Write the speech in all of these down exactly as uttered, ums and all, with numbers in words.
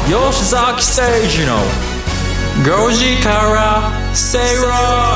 吉崎誠二のごじから正論。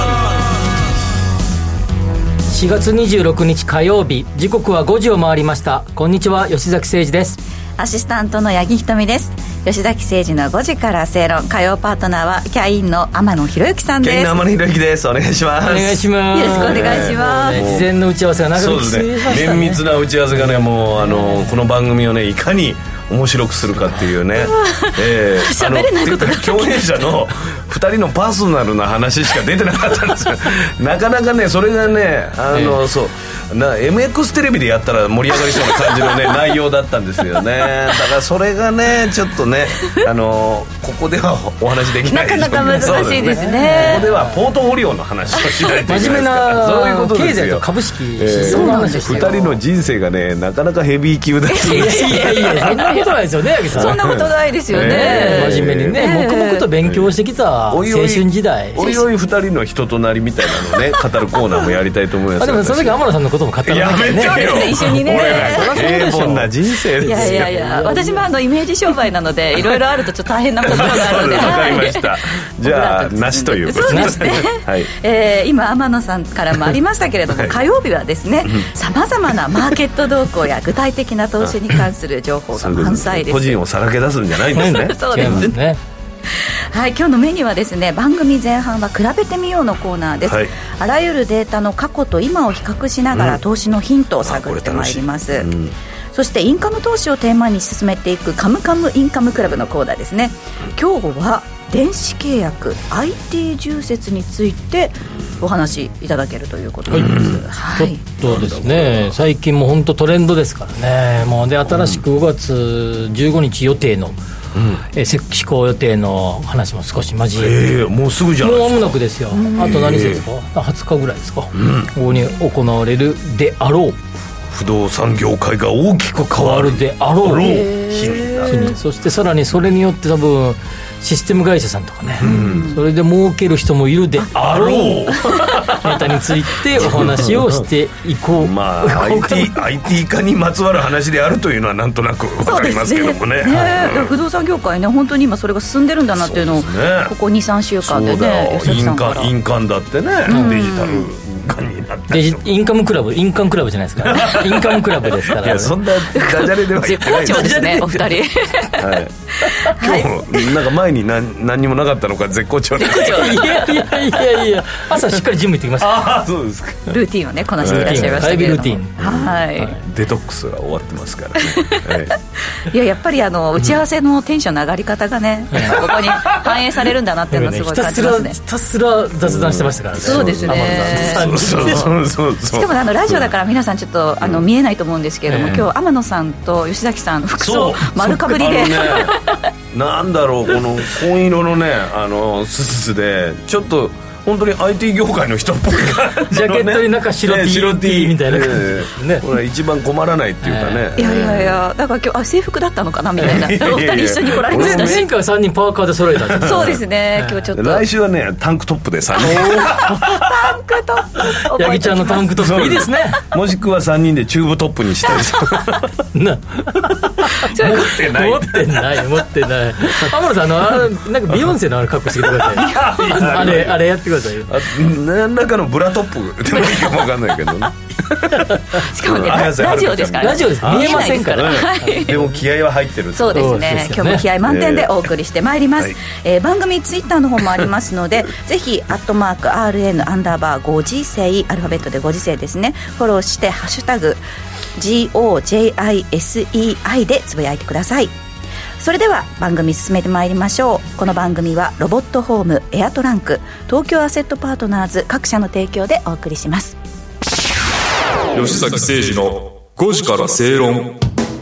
しがつにじゅうろくにち火曜日、時刻はごじを回りました。こんにちは、吉崎誠二です。 アシスタントの八木ひとみです。吉崎誠二のごじから正論、火曜パートナーはキャインの天野博之さんです。 キャインの天野博之です。お願いします。 お願いします。 よろしくお願いします。 ね、事前の打ち合わせが長く進みましたね。 綿密な打ち合わせがね、もうあのこの番組をね、いかに面白くするかっていうね、えー、 喋れないことだけ共演者のふたりのパーソナルな話しか出てなかったんですよなかなかね、それがね、あの、えー、そうな エムエックス テレビでやったら盛り上がりそうな感じのね内容だったんですよね。だからそれがね、ちょっとね、あのここではお話できないなかなか難しいですね。 ここではポートフォリオの話をしないといけないですから。 真面目なそういうことですよ。 経済と株式、 えー、 そんな話ですよ。 ふたりの人生がね、なかなかヘビー級だっていう。 いやいやいや、そんなことないですよね、八木さん。 そんなことないですよね、 えー、真面目にね、えー、黙々と勉強してきた青春時代、 おいおいふたりの人となりみたいなのをね語るコーナーもやりたいと思います。 あ、でもその時天野さんのことも語らなきゃね。 やめてよ、 ね、一緒にね、 平凡な人生ですよ。 いやいやいや、私もあのイメージ商売なのでいろいろあるとちょっと大変なことがあるのでわかりました、はい、じゃあなしということですね、はい、えー、今天野さんからもありましたけれども、はい、火曜日はですね、さまざまなマーケット動向や具体的な投資に関する情報が満載です。 個人をさらけ出すんじゃないんですねそうですね。はい、今日のメニューはですね、番組前半は比べてみようのコーナーです、はい、あらゆるデータの過去と今を比較しながら、うん、投資のヒントを探ってまいります、うん、そしてインカム投資をテーマに進めていくカムカムインカムクラブのコーナーですね。今日は電子契約 アイティー 重説についてお話いただけるということです、はい、 ちょっとですね、最近も本当トレンドですからね。もうで新しくごがつじゅうごにち予定の、うん、え施行予定の話も少し交えて、 えー、もうすぐじゃないですか。 もう間もなくですよ。あと何日ですか、はつかぐらいですか、うん、ここに行われるであろう不動産業界が大きく変わるであろう日にに、そしてさらにそれによって多分システム会社さんとかね、うん、それで儲ける人もいるであろうネタについてお話をしていこう。 まあ アイティー, アイティー 化にまつわる話であるというのはなんとなく分かりますけども ね, ね, ね、うん、不動産業界ね、本当に今それが進んでるんだなっていうのを、ね、ここ にさんしゅうかんでね、 印鑑印鑑だってね、うん、デジタルになったりとか、 インカムクラブインカムクラブじゃないですかインカムクラブですから、ね、 いやそんなダジャレでは言ってない絶好調ですねお二人はい、 今日もなんか前に 何, 何にもなかったのか絶好調ですいやいやいやいや、朝しっかりジム行ってきました。 ああ、そうですか。 ルーティンをねこなしていらっしゃいましたけれども、 ルーティン、 はい、 はい、デトックスが終わってますからね、はい、 いややっぱりあの打ち合わせのテンションの上がり方がね、うん、ここに反映されるんだなっていうのはすごい感じますね。 ひたすら雑談してましたからね、 うん、そうですね。 そうそうそうそう。 しかもあのラジオだから皆さんちょっとあの見えないと思うんですけれども、うん、今日天野さんと吉崎さん服装丸かぶりで、 なんだろう、この紺色のね、あのスーツでちょっと本当に アイティー 業界の人っぽい感じの、ね、 ジャケットに中白 T、ね、白 T みたいな感じですね。 これ一番困らないっていうかね、 いやいやいや、だから今日あ制服だったのかなみたいなお二人一緒に来られてたし、 前回さんにんパーカーで揃えたんでそうですね、今日ちょっと来週はねタンクトップでさんにんタンクトップ、 八木ちゃんのタンクトップいいですね。 もしくはさんにんでチューブトップにしたいな持ってない持ってない持ってない天野さん、あのあなんかビヨンセのあれ格好してきてくださいあれあれやってくださいよ。 何らかのブラトップでもいいかも分かんないけどねしかもねラジオですから、ね、 ラジオです見えませんから、 はい、 でも気合は入ってる。 そうですね、今日も気合満点でお送りしてまいります、えーえー、番組ツイッターの方もありますのでぜひアットマーク アールエヌ アンダーバーご時世、アルファベットでご時世ですね、フォローしてハッシュタグ ジーオージェイアイエスイーアイ でつぶやいてください。それでは番組進めてまいりましょう。この番組はロボットホームエアトランク、東京アセットパートナーズ各社の提供でお送りします。 吉崎誠二のごじから正論。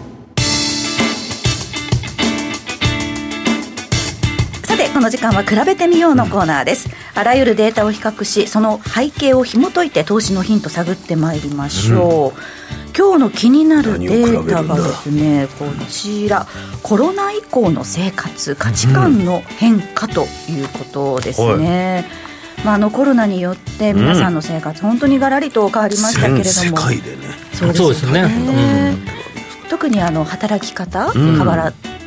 さてこの時間は比べてみようのコーナーです。あらゆるデータを比較しその背景を紐解いて投資のヒント探ってまいりましょう、うん、今日の気になるデータがですねこちら、コロナ以降の生活価値観の変化ということですね、うん、まあ、あのコロナによって皆さんの生活、うん、本当にガラリと変わりましたけれども、 全世界でね、 そうですね、うん、特にあの働き方、変わら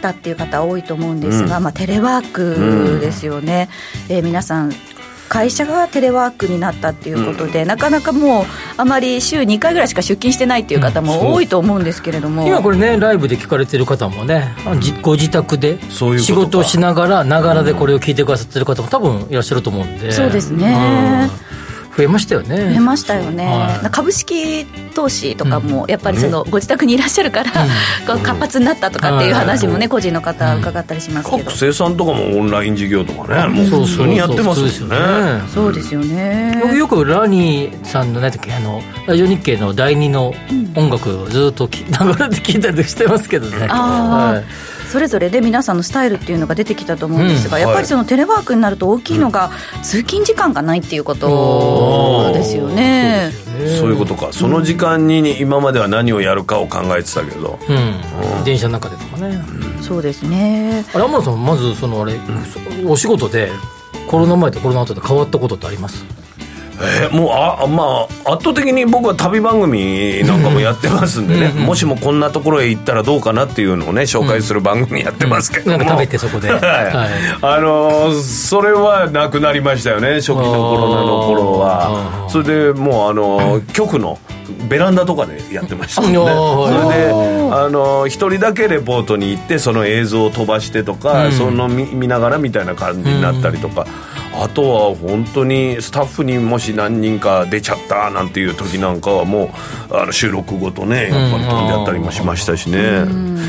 ったっていう方多いと思うんですが、うんまあ、テレワークですよね、うんえー、皆さん会社がテレワークになったっていうことで、うん、なかなかもうあまり週にかいぐらいしか出勤してないっていう方も多いと思うんですけれども、 うん、今これねライブで聞かれてる方もね、うん、ご自宅で仕事をしながらながらでこれを聞いてくださってる方も多分いらっしゃると思うんで、うん、 そうですね、 うん増えましたよね。 増えましたよね、はい、株式投資とかもやっぱりそのご自宅にいらっしゃるから、うん、活発になったとかっていう話もね、うん、個人の方伺ったりしますけど、 各生産とかもオンライン事業とかね、もう普通にやってますよね。 そうですよね。 僕よくラニーさんの何だっけあのラジオ日経のだいにの音楽をずっとながらで聞いたりしてますけどね、うん、あ、はいそれぞれで皆さんのスタイルっていうのが出てきたと思うんですが、うん、やっぱりそのテレワークになると大きいのが通勤時間がないっていうことですよね、うん、そうですよね。 そういうことか。その時間に今までは何をやるかを考えてたけど、 うんうん、電車の中でとかね、 うん、そうですね。 あれ天野さんまずそのあれ、うん、お仕事でコロナ前とコロナ後で変わったことってあります？ えー、もうあ、まあ、圧倒的に僕は旅番組なんかもやってますんでね、うんうん、もしもこんなところへ行ったらどうかなっていうのをね紹介する番組やってますけども、うんうん、 なんか食べてそこで、はいはい、 あのー、それはなくなりましたよね、初期のコロナの頃は。それでもうあのー、局のベランダとかでやってましたね。それであの一人だけレポートに行ってその映像を飛ばしてとか、うん、その 見, 見ながらみたいな感じになったりとか、うん、あとは本当にスタッフにもし何人か出ちゃったなんていう時なんかはもうあの収録ごとねやっぱり飛んじゃったりもしましたしね、うん、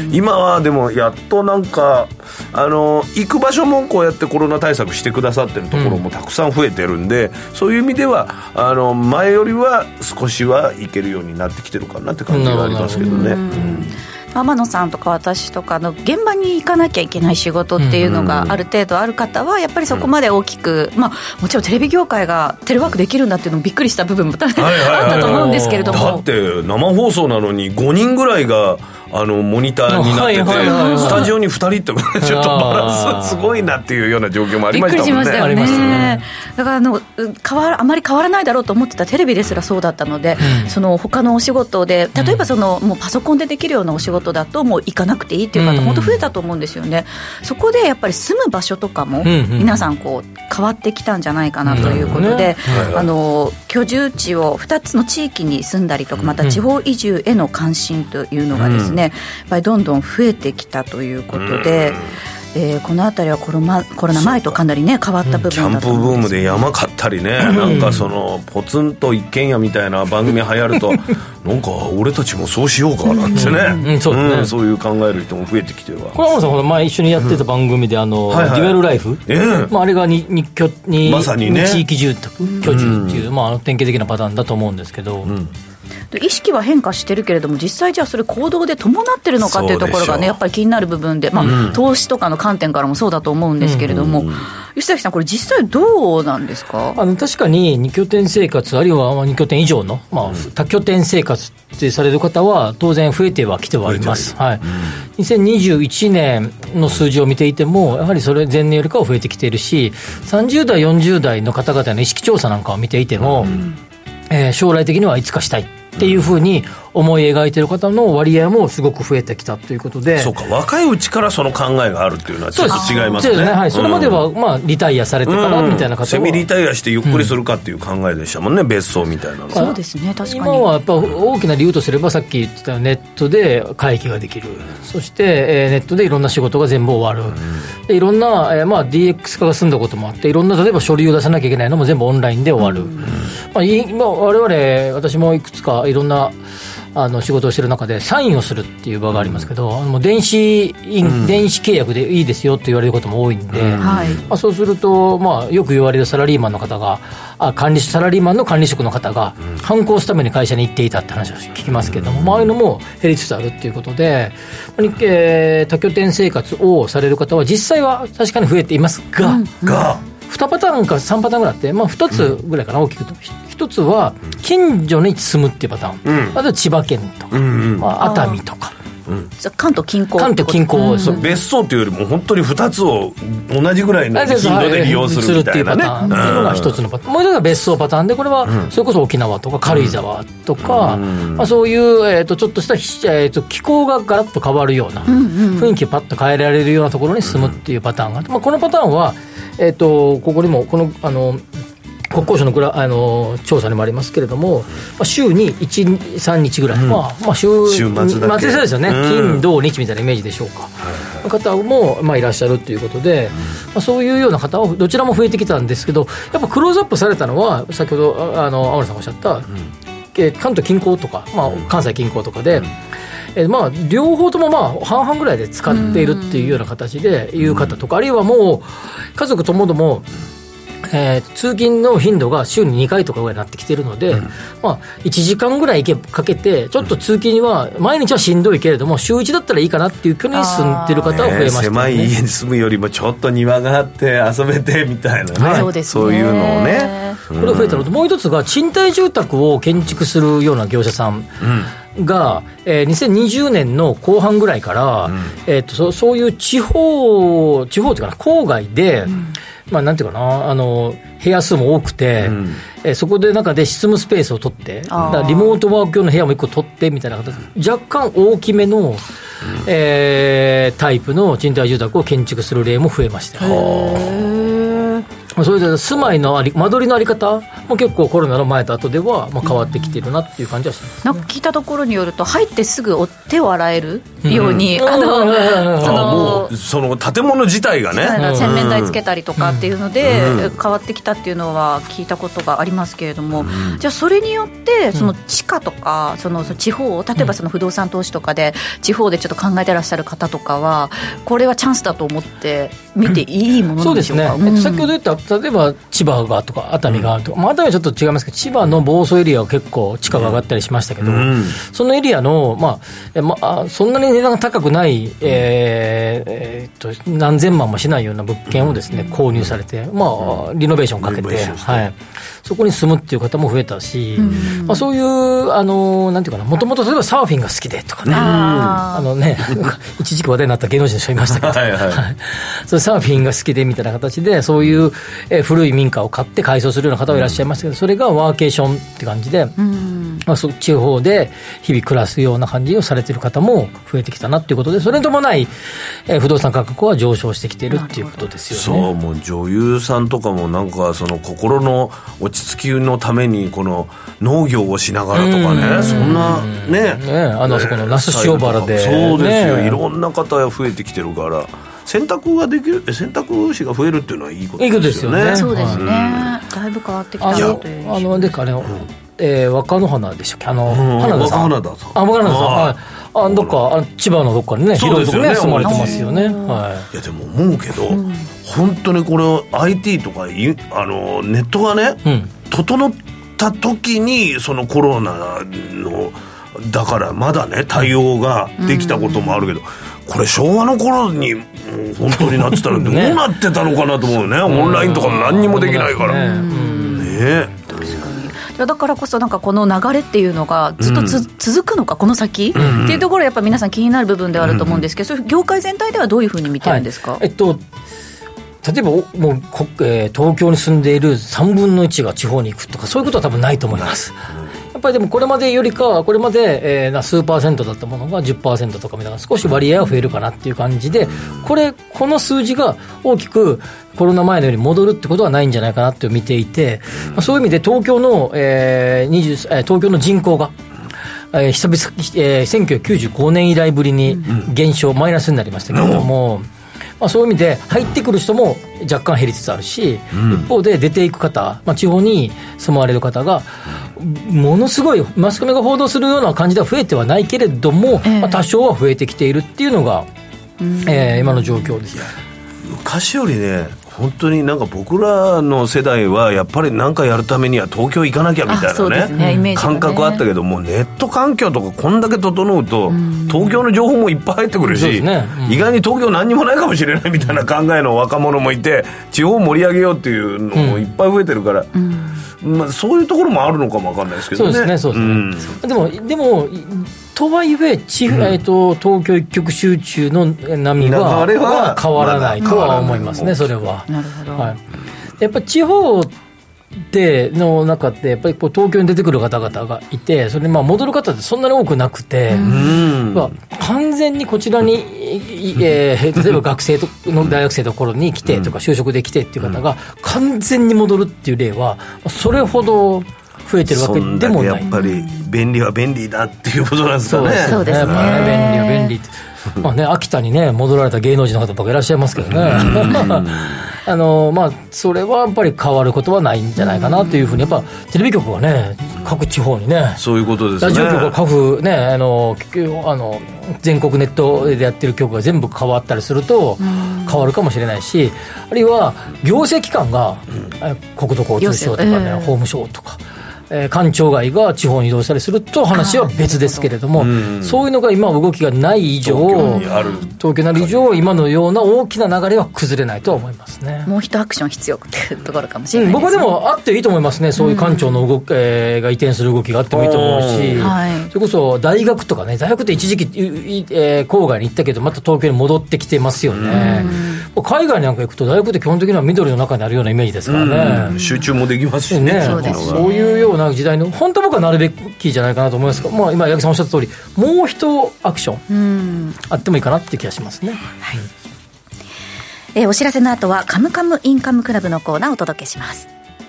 今はでもやっとなんかあの行く場所もこうやってコロナ対策してくださってるところもたくさん増えてるんで、うん、そういう意味ではあの前よりは少しは行けるようになってきてるかなって感じがありますけどね。 天野さんとか私とかの現場に行かなきゃいけない仕事っていうのがある程度ある方はやっぱりそこまで大きく、まあ、もちろんテレビ業界がテレワークできるんだっていうのもびっくりした部分もあったと思うんですけれども、 だって生放送なのにごにんぐらいがあのモニターになってて、はいはいはいはい、スタジオにふたりってちょっとバランスすごいなっていうような状況もありましたもんね。 びっくりしましたよ ね, ましたね。だからあの変わあまり変わらないだろうと思ってたテレビですらそうだったので、うん、その他のお仕事で例えばその、うん、もうパソコンでできるようなお仕事だともう行かなくていいっていう方、うん、本当増えたと思うんですよね。そこでやっぱり住む場所とかも皆さんこう変わってきたんじゃないかなということで、うんうん、あの居住地をふたつの地域に住んだりとかまた地方移住への関心というのがですね、うん、やっぱりどんどん増えてきたということで、うんえー、このあたりはコロナ、コロナ前とかなりね変わった部分だと思うんです。 キャンプブームで山買ったりね、なんかそのポツンと一軒家みたいな番組流行るとなんか俺たちもそうしようかなんてね、うんうんそうねうん、そういう考える人も増えてきてるわ。 これ天野さん前一緒にやってた番組であの、うんはいはい、デュエルライフ、えーまあ、あれがにに居に、まさにね、地域住宅居住っていう、うんまあ、典型的なパターンだと思うんですけど、うん意識は変化してるけれども実際じゃあそれ行動で伴ってるのかっていうところがねやっぱり気になる部分で、まあうん、投資とかの観点からもそうだと思うんですけれども、うんうん、吉崎さんこれ実際どうなんですか？ あの確かにに拠点生活あるいはに拠点以上の、まあ、多拠点生活ってされる方は当然増えてはきてはいます、はいうん、にせんにじゅういちねんの数字を見ていてもやはりそれ前年よりかは増えてきているしさんじゅうだいよんじゅうだいの方々の意識調査なんかを見ていても、うんえー、将来的にはいつかしたいっていうふうに思い描いている方の割合もすごく増えてきたということで、 そうか若いうちからその考えがあるっていうのはちょっと違いますね。そうですね、 はい、それまでは、まあ、リタイアされてからみたいな方は、 セミリタイアしてゆっくりするかっていう考えでしたもんね、うん、別荘みたいなの。 そうですね、確かに今はやっぱ大きな理由とすればさっき言ってたネットで会議ができる、そして、えー、ネットでいろんな仕事が全部終わる、うん、でいろんな、えーまあ、ディーエックス 化が進んだこともあっていろんな例えば書類を出さなきゃいけないのも全部オンラインで終わる、うんまあ、今我々私もいくつかいろんなあの仕事をしている中でサインをするっていう場がありますけど、うん、もう電子、うん、電子契約でいいですよって言われることも多いんで、うんまあ、そうすると、まあ、よく言われるサラリーマンの方があ管理サラリーマンの管理職の方が反抗するために会社に行っていたって話を聞きますけども、うんまあああいうのも減りつつあるっていうことで、えー、多拠点生活をされる方は実際は確かに増えていますが、うん、がにパターンかさんパターンぐらいあって、まあ、ふたつぐらいかな、大きくとひとつは近所に住むっていうパターン、うん、あとは千葉県とか、うんうんまあ、熱海とかうん、関東近郊関東近郊、 うん、別荘というよりも本当にふたつを同じぐらいの頻度で利用するみたいなね、 っていうパターンっていうのが一つのパターン、もう一つが別荘パターンで、これはそれこそ沖縄とか軽井沢とか、うんまあ、そういう、えー、とちょっとした、えー、と気候がガラッと変わるような、うんうん、雰囲気をパッと変えられるようなところに住むっていうパターンがあって、まあ、このパターンは、えー、とここにもこのあの国交省のグラあの調査にもありますけれども、まあ、週にいち、さんにちぐらい、うんまあまあ、週, 週末だけ末ですよね、うん、金土日みたいなイメージでしょうか、はいはい、方も、まあ、いらっしゃるということで、うんまあ、そういうような方はどちらも増えてきたんですけど、やっぱクローズアップされたのは先ほどあの青野さんがおっしゃった、うん、関東近郊とか、まあ、関西近郊とかで、うんえーまあ、両方ともまあ半々ぐらいで使っているっていうような形でいう方とか、あるいはもう家族ともどもえー、通勤の頻度が週ににかいとかぐらいになってきているので、うんまあ、いちじかんぐらいかけてちょっと通勤は毎日はしんどいけれども週いちだったらいいかなっていう距離に住んでる方は増えましたね、 狭い家に住むよりもちょっと庭があって遊べてみたいなね、はい、そうですね、そういうのをね、 これ増えたのと、もう一つが賃貸住宅を建築するような業者さんが、うんえー、にせんにじゅうねんの後半ぐらいから、うんえー、と そ, そういう地方地方っていうかな郊外で、うんまあ、なんていうかなあの部屋数も多くて、うんえそこで中で執務スペースを取ってだからリモートワーク用の部屋もいっこ取ってみたいな形で若干大きめの、うんえー、タイプの賃貸住宅を建築する例も増えました。それで住まいのあり間取りのあり方も結構コロナの前と後ではまあ変わってきてるなっていう感じはします、ね、 なんか聞いたところによると入ってすぐ手を洗えるように、うん、あのそのもうその建物自体がね洗面台つけたりとかっていうので変わってきたっていうのは聞いたことがありますけれども、うん、じゃあそれによってその地価とかその地方例えばその不動産投資とかで地方でちょっと考えてらっしゃる方とかはこれはチャンスだと思って見ていいものなんでしょうか。 そうですね、うん、先ほど言った例えば千葉がとか熱海がとか、まあ、熱海はちょっと違いますけど千葉の房総エリアは結構地価が上がったりしましたけど、うん、そのエリアの、まあまあ、そんなに値段が高くない、えーえー、っと何千万もしないような物件をですね、うん、購入されて、まあ、リノベーションかけて、はい、そこに住むっていう方も増えたし、うんまあ、そういうあのなんていうかなもともと例えばサーフィンが好きでとかね、あのね一時期話題になった芸能人の人いましたけどはい、はいはい、それサーフィンが好きでみたいな形でそういう、えー、古い民家を買って改装するような方はいらっしゃいましたけど、それがワーケーションって感じで、うんまあ、そ地方で日々暮らすような感じをされている方も増えてきたなっていうことで、それに伴い、えー、不動産価格は上昇してきているっていうことですよね。 そうもう女優さんとかもなんかその心の落ち着きのためにこの農業をしながらとかね、んそんなねねあの、ね、そこの那須塩原で、 そうですよ、ね、いろんな方が増えてきてるから選択ができる選択肢が増えるっていうのはいいことですよね。いいことですよね。 そうですね、うん、だいぶ変わってきたなという。 あのでかね、うんえー、若野花でしたっけあの、うん、花田さん若花田さんあ若花田さんはいあどっかあ千葉のどっかにね広いところね住まれてますよね、はい、 いやでも思うけど、うん、本当にこれ アイティー とかあのネットがね、うん、整った時にそのコロナのだからまだね対応ができたこともあるけど、うんこれ昭和の頃にもう本当になってたらどうなってたのかなと思うねオンラインとかも何にもできないからねえだからこそなんかこの流れっていうのがずっとつ、うん、続くのかこの先、うん、っていうところやっぱ皆さん気になる部分ではあると思うんですけど、うん、それ業界全体ではどういうふうに見てるんですか。 はいえっと例えばもう、えー、東京に住んでいるさんぶんのいちが地方に行くとかそういうことは多分ないと思います。やっぱりでもこれまでよりかはこれまで、えー、数パーセントだったものが じゅっパーセント とかみたいな少し割合は増えるかなっていう感じでこれこの数字が大きくコロナ前のように戻るってことはないんじゃないかなって見ていて、まあ、そういう意味で東京の、えー、にじゅう、えー、東京の人口がえー、久々、えー、せんきゅうひゃくきゅうじゅうごねん以来ぶりに減少、うん、マイナスになりましたけれども、うんまあ、そういう意味で入ってくる人も若干減りつつあるし、うん、一方で出ていく方、まあ、地方に住まわれる方がものすごいマスコミが報道するような感じでは増えてはないけれども、えーまあ、多少は増えてきているっていうのが、うんえー、今の状況です。 昔よりね本当になんか僕らの世代はやっぱり何かやるためには東京行かなきゃみたいな ね, ね、ね感覚あったけどもネット環境とかこんだけ整うと東京の情報もいっぱい入ってくるし、ねうん、意外に東京何にもないかもしれないみたいな考えの若者もいて地方を盛り上げようっていうのもいっぱい増えてるから、うんうんまあ、そういうところもあるのかもわかんないですけどね。 そうですね、そうですね、うん、でもでもとはいえ地、うん、えー、と東京一極集中の波は、は変わらないとは思いますね、それは。 なるほど、 はい、やっぱり地方での中でやっぱりこう東京に出てくる方々がいて、それでまあ戻る方ってそんなに多くなくて、うん、まあ、完全にこちらに、えー、例えば学生の大学生の頃に来てとか就職で来てっていう方が完全に戻るっていう例はそれほど増えてるわけでもない。 やっぱり便利は便利だっていうことなんですかね。 そうですね、 便利は便利ってまあね、秋田にね戻られた芸能人の方とかいらっしゃいますけどねあの、まあ、それはやっぱり変わることはないんじゃないかなというふうに、やっぱテレビ局はね各地方にね、 そういうことですね、 ラジオ局は各ね、あのあの全国ネットでやってる局が全部変わったりすると変わるかもしれないし、あるいは行政機関が、うん、国土交通省とかね、えー、法務省とかえー、官庁街が地方に移動したりすると話は別ですけれども、うん、そういうのが今動きがない以上、東京にある東京にある以上今のような大きな流れは崩れないとは思いますね。 もう一アクション必要っていうところかもしれないですね、 うん、僕はでもあっていいと思いますね。そういう官庁の動き、うん、えー、が移転する動きがあってもいいと思うし、はい、それこそ大学とかね、大学って一時期、えー、郊外に行ったけどまた東京に戻ってきてますよね、うん、海外なんか行くと大学って基本的には緑の中にあるようなイメージですからね、 うん、集中もできますしね、 そうですね、 そういうような時代の本当僕はなるべきじゃないかなと思いますが、まあ、今八木さんおっしゃった通りもう一アクションあってもいいかなっていう気がしますね、はい、 えー、お知らせの後はカムカムインカムクラブのコーナーをお届けします。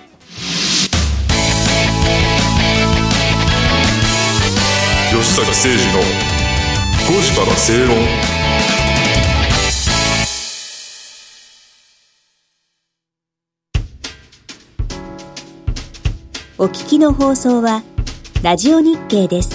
吉崎誠二のごじから正論。 お聞きの放送はラジオ日経です。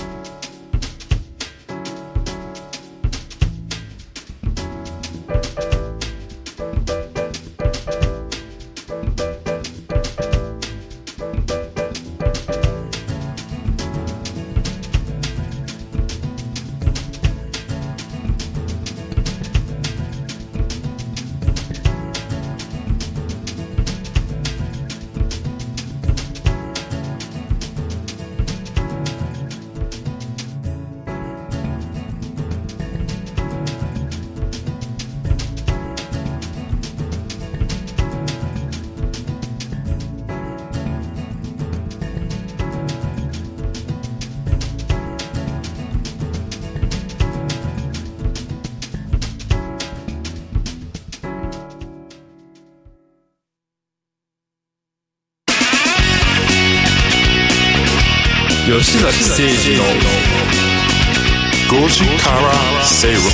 吉崎誠二のごじから正論。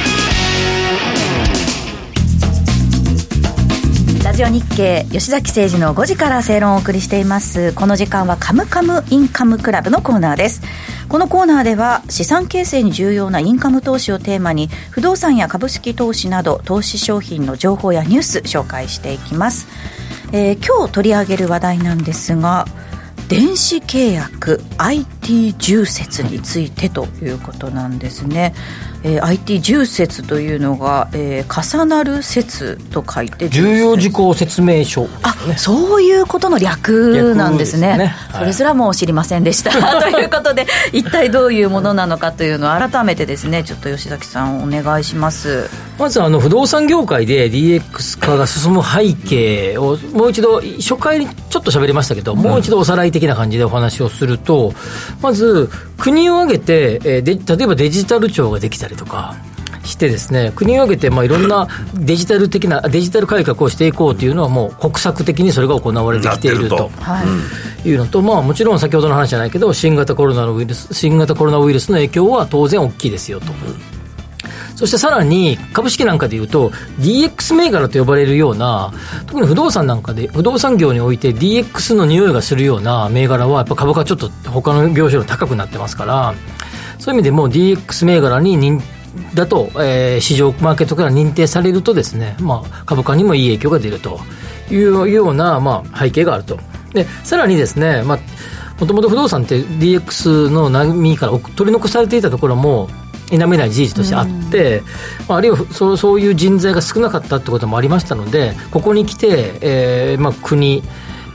ラジオ日経吉崎誠二のごじから正論をお送りしています。この時間はカムカムインカムクラブのコーナーです。このコーナーでは資産形成に重要なインカム投資をテーマに不動産や株式投資など投資商品の情報やニュース紹介していきます、えー、今日取り上げる話題なんですが、電子契約 アイティー 重説についてということなんですね。えー、アイティー 重説というのが、えー、重なる説と書いて重要事項説明書、ね、 あ、そういうことの略なんですね。 ですね、 それすらもう知りませんでしたということで一体どういうものなのかというのを改めてですね、ちょっと吉崎さんお願いします。 まずあの不動産業界で ディーエックス 化が進む背景をもう一度、初回にちょっと喋りましたけど、もう一度おさらい的な感じでお話をすると、まず国を挙げて、えー、で例えばデジタル庁ができたりとかしてですね、国を挙げてまあいろんなデジタル的なデジタル改革をしていこうというのはもう国策的にそれが行われてきているというのと、まあ、もちろん先ほどの話じゃないけど新型コロナのウイルス新型コロナウイルスの影響は当然大きいですよと。そしてさらに株式なんかでいうと ディーエックス 銘柄と呼ばれるような、特に不動産なんかで不動産業において ディーエックス の匂いがするような銘柄はやっぱ株価ちょっと他の業種より高くなってますから、そういう意味でも ディーエックス 銘柄に認だと、えー、市場マーケットから認定されるとですね、まあ、株価にもいい影響が出るというような、まあ、背景があると。でさらにですね、まあ、もともと不動産って ディーエックス の波から取り残されていたところも否めない事実としてあって、まあ、あるいはそう、そういう人材が少なかったってこともありましたので、ここに来て、えーまあ、国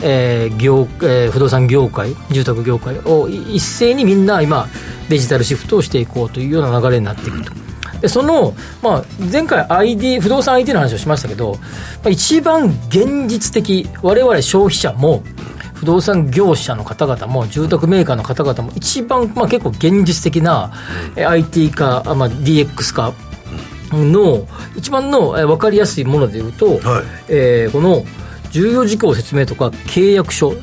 えー業えー、不動産業界住宅業界を一斉にみんな今デジタルシフトをしていこうというような流れになっていると。でその、まあ、前回 アイディー 不動産 アイティー の話をしましたけど、まあ、一番現実的、我々消費者も不動産業者の方々も住宅メーカーの方々も一番、まあ、結構現実的な、うん、アイティー 化、まあ、ディーエックス 化の一番の分かりやすいものでいうと、はい、えー、この重要事項説明とか契約書、うん、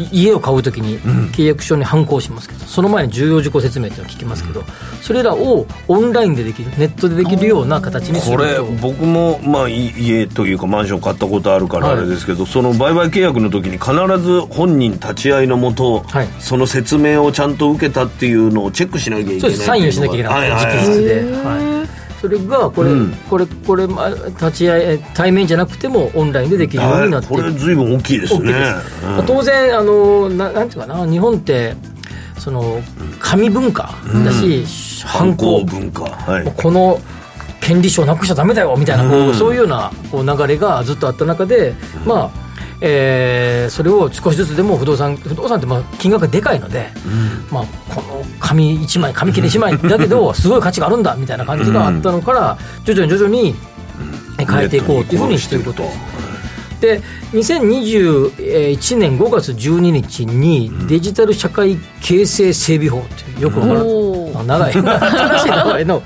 家を買うときに契約書に反抗しますけど、その前に重要事項説明というのを聞きますけど、それらをオンラインでできる、ネットでできるような形にすると。 これ僕も、まあ、家というかマンション買ったことあるからあれですけど、はい、その売買契約の時に必ず本人立ち会いのもと、はい、その説明をちゃんと受けたっていうのをチェックしなきゃいけない。 そうです、サインをしなきゃいけない、直筆で、はい、それがこれ、うん、これこれ立ち会い対面じゃなくてもオンラインでできるようになっている。 これ随分大きいですね。 す、うん、当然あの な, なんていうかな、日本ってその紙文化だし、うん、 ハンコ文化、はい、 この権利書なくしちゃダメだよみたいな、うん、そういうようなこう流れがずっとあった中で、うん、まあえー、それを少しずつでも不動産不動産ってまあ金額がでかいので、うん、まあ、この紙いちまい紙切れいちまいだけどすごい価値があるんだみたいな感じがあったのから、徐々に徐々に変えていこうというふうにしていることです。でにせんにじゅういちねんごがつじゅうににちにデジタル社会形成整備法というよくわからない、うん、長い新しい名前の、はい、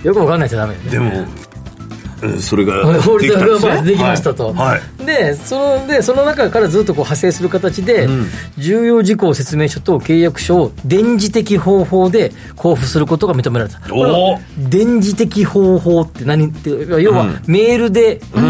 よくわからないとダメで、 でもそれが法律がまあできましたと、はいはい、でそのでその中からずっとこう派生する形で、うん、重要事項説明書と契約書を電磁的方法で交付することが認められた。お電磁的方法って何って、要はメールで、うん、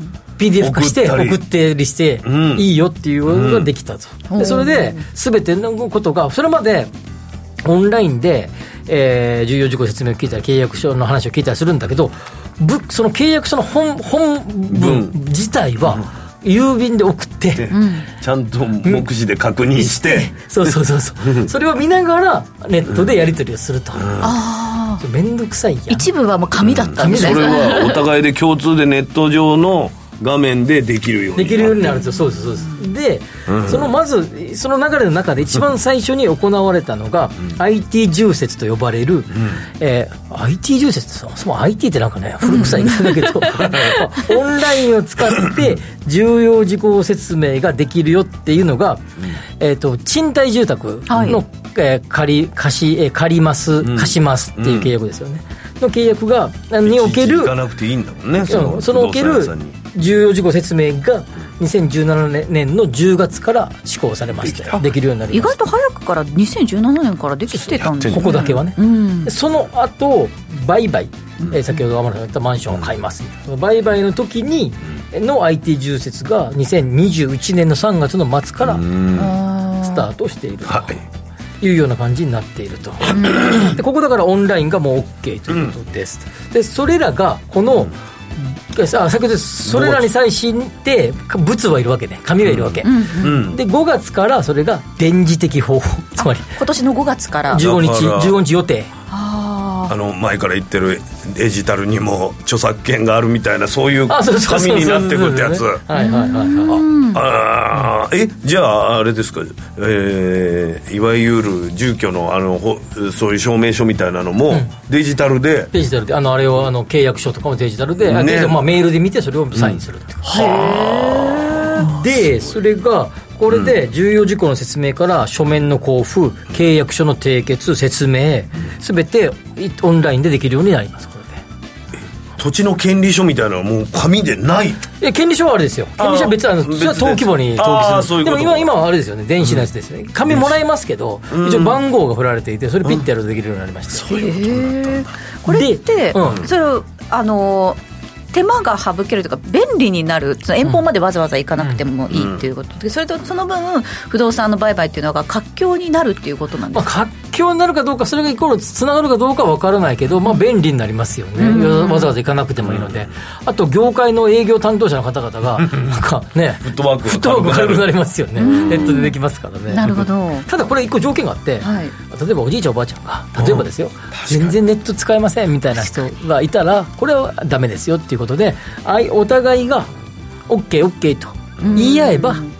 ピーディーエフ 化して送ったりしていいよっていうのができたと、うん、でそれで全てのことがそれまでオンラインで、えー、重要事項説明を聞いたり契約書の話を聞いたりするんだけど、その契約書の 本, 本文自体は郵便で送って、 うん、ちゃんと目視で確認して、 うん、そうそうそうそうそれを見ながらネットでやり取りをすると、うん、あめんどくさいやん。 一部はもう紙だったんですね、 うん、それはお互いで共通でネット上の画面でできるようにできるようになるんですよ。そうですそうです。で、うん、そのまずその流れの中で一番最初に行われたのが、うん、アイティー 重説と呼ばれる、うん、えー、アイティー 重説ってそもそも アイティー ってなんかね古臭いんだけどオンラインを使って重要事項説明ができるよっていうのが、うん、えーと、賃貸住宅の、はい、えー、借り貸し、えー、借ります、うん、貸しますっていう契約ですよね、うん、の契約がにおける行かなくていいんだもんね、 その、そのおける重要事項説明がにせんじゅうななねんのじゅうがつから施行されましてできるようになりました。 意外と早くからにせんじゅうななねんからできてたんですね、 ここだけはね、うん、その後売買、えー、先ほど天野さんが言ったマンションを買います、うん、売買の時にの アイティー 重説がにせんにじゅういちねんのさんがつの末からスタートしていると、はい、いうような感じになっているとでここだからオンラインがもう OK ということです、うん、でそれらがこの、うんあ先ほどそれらに際して物はいるわけね、紙はいるわけ、うんうん、でごがつからそれが電磁的方法、つまり今年のごがつからじゅうごにちじゅうごにち予定、 ああの前から言ってるデジタルにも著作権があるみたいなそういう紙になってくってやつ、はいはいはいはい、ああえじゃああれですか、えー、いわゆる住居のあのそういう証明書みたいなのも、うん、デジタルでデジタルであのあれをあの契約書とかもデジタルで、ね、まあ、メールで見てそれをサインするって、うん、はでそれがこれで重要事項の説明から書面の交付、契約書の締結、説明すべてオンラインでできるようになります。これで土地の権利書みたいなのはもう紙でない。いや権利書はあれですよ。権利書は別はそれは登記簿に登記する。でも今今はあれですよね、電子のやつですよね、うん、紙もらえますけど、うん、一応番号が振られていてそれピッてやるとできるようになりました、 うん、そういうことなんだ。これって、うん、それをあのー手間が省けるというか便利になる、その遠方までわざわざ行かなくてもいいということで、うん、それとその分不動産の売買というのが活況になるっていうことなんですか。 まあ、活況になるかどうかそれがイコールつながるかどうかは分からないけど、まあ、便利になりますよね、うん、わざわざ行かなくてもいいので、うん、あと業界の営業担当者の方々がなんか、ね、 フットワークフットワーク軽くなりますよね、うん、ネットでできますからね。 なるほど。ただこれ一個条件があって、はい、例えばおじいちゃんおばあちゃんが例えばですよ、全然ネット使えませんみたいな人がいたらこれはダメですよっていうことで、お互いが オーケーオーケー と言い合えば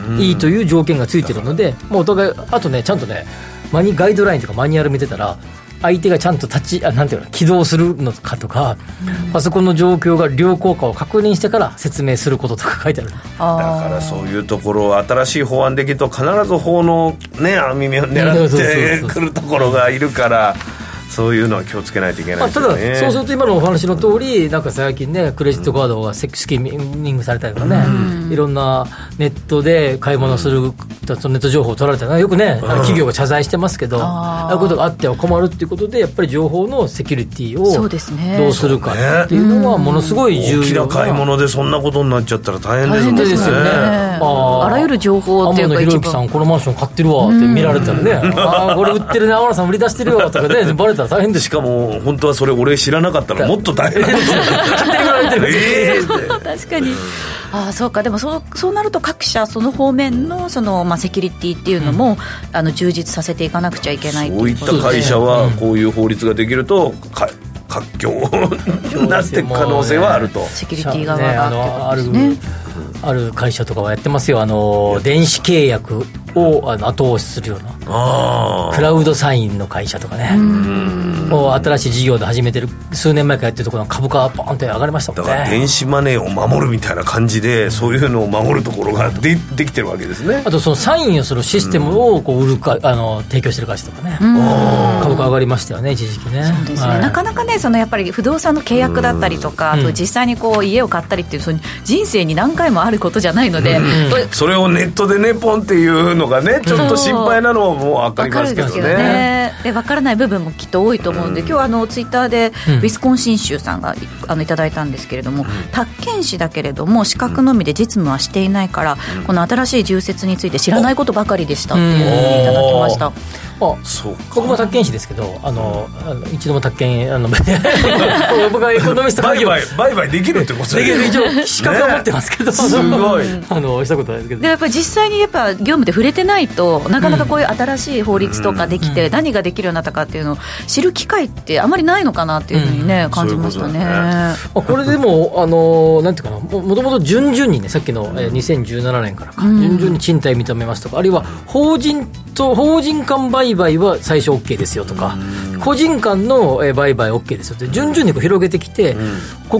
いいという条件がついてるので、もうお互いあとねちゃんとねマニガイドラインとかマニュアル見てたら相手がちゃんと立ちあなんていうの起動するのかとか、うん、パソコンの状況が良好かを確認してから説明することとか書いてある。 あだからそういうところ新しい法案できると必ず法のね網目を狙ってくるところがいるからそういうのは気をつけないといけないですよね。 まあ、ただそうすると今のお話の通りなんか最近ねクレジットカードがセスキミングされたりとかね、うん、いろんなネットで買い物する、うん、ネット情報を取られたりよくね、うん、企業が謝罪してますけど、ああいうことがあっては困るっていうことでやっぱり情報のセキュリティをどうするかっていうのはものすごい重要な、 大きな買い物でそんなことになっちゃったら大変ですもんね。 大変ですよね。 あ, あらゆる情報っていうか天野ひろゆきさんこのマンション買ってるわって見られたらね、ああこれ売ってるね天野さん売り出してるよとかねバレたら大変です。 しかも本当はそれ俺知らなかったらもっと大変ですよ勝手に売られてる、 えー、確かに。ああそうか。でもそう、そうなると各社その方面のその、まあ、セキュリティっていうのも、うん、あの充実させていかなくちゃいけないそういった会社はこういう法律ができるとか活況になっていく可能性はあると、 ね、セキュリティ側がってことですね。 ある会社とかはやってますよ。あの電子契約をあの後押しするようなあクラウドサインの会社とかね、もう新しい事業で始めてる数年前からやってるところの株価がポンって上がりましたもんね。 だから電子マネーを守るみたいな感じでそういうのを守るところが で, できてるわけですね。 あとそのサインをするシステムをこう売るかあの提供してる会社とかね、株価上がりましたよね一時期ね。 そうですね、はい、なかなかねそのやっぱり不動産の契約だったりとか、あと実際にこう家を買ったりっていうその人生に何回もあることじゃないので、うん、 それをネットでねポンっていうのがねちょっと心配なのはもう分かりますけど ね, 分かるんですけどね。で分からない部分もきっと多いと思うんで、うん、今日あのツイッターで、うん、ウィスコンシン州さんがあのいただいたんですけれども、うん、宅建士だけれども資格のみで実務はしていないから、うん、この新しい住設について知らないことばかりでしたっていうふうにいただきました。 あそう僕も宅建士ですけどあのあの一度も宅建あの僕はエコノミスト売買売買できるってことですね。 一応資格は持ってますけど、ね、 すごいあのしたことないですけど、 でやっぱり実際にやっぱ業務で触れてないとなかなかこういう新しい法律とかできて、うん、何ができるようになったかっていうのを知る機会ってあまりないのかなっていうふうにね、うん、感じましたね。 こ, ねこれでもあのなんていうかな も, もともと順々にねさっきの、えー、にせんじゅうななねんからか、うん、順々に賃貸認めますとか、あるいは法人と法人間売買は最初 OK ですよとか、個人間の売買 OK ですよって順々にこう広げてきて、うん、